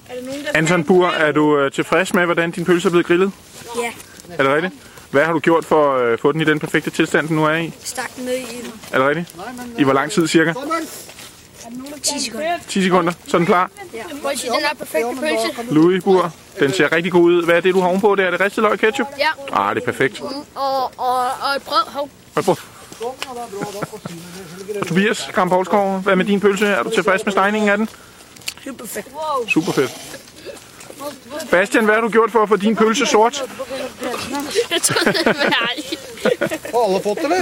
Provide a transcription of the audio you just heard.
Anton Bur, er du tilfreds med, hvordan din pølse er blevet grillet? Ja. Er det rigtigt? Hvad har du gjort for at få den i den perfekte tilstand, den nu er i? Stak den ned i den. Er det rigtigt? I hvor lang tid cirka? 10 sekunder. 10 sekunder, så er den klar. Ja. Prøv at sige, den er perfekte pølse. Louis Bur, den ser rigtig god ud. Hvad er det, du har ovenpå? Det er det ristet løg ketchup? Ja. Det er perfekt. Og et brød. Hov. Og et brød. Og Tobias Gram Poulsgaard, hvad med din pølse? Er du tilfreds med stegningen af den? Super fedt. Super fedt. Bastian, hvad har du gjort for at få din pølse sort? Jeg troede, det var ærligt. Har alle fått det, eller?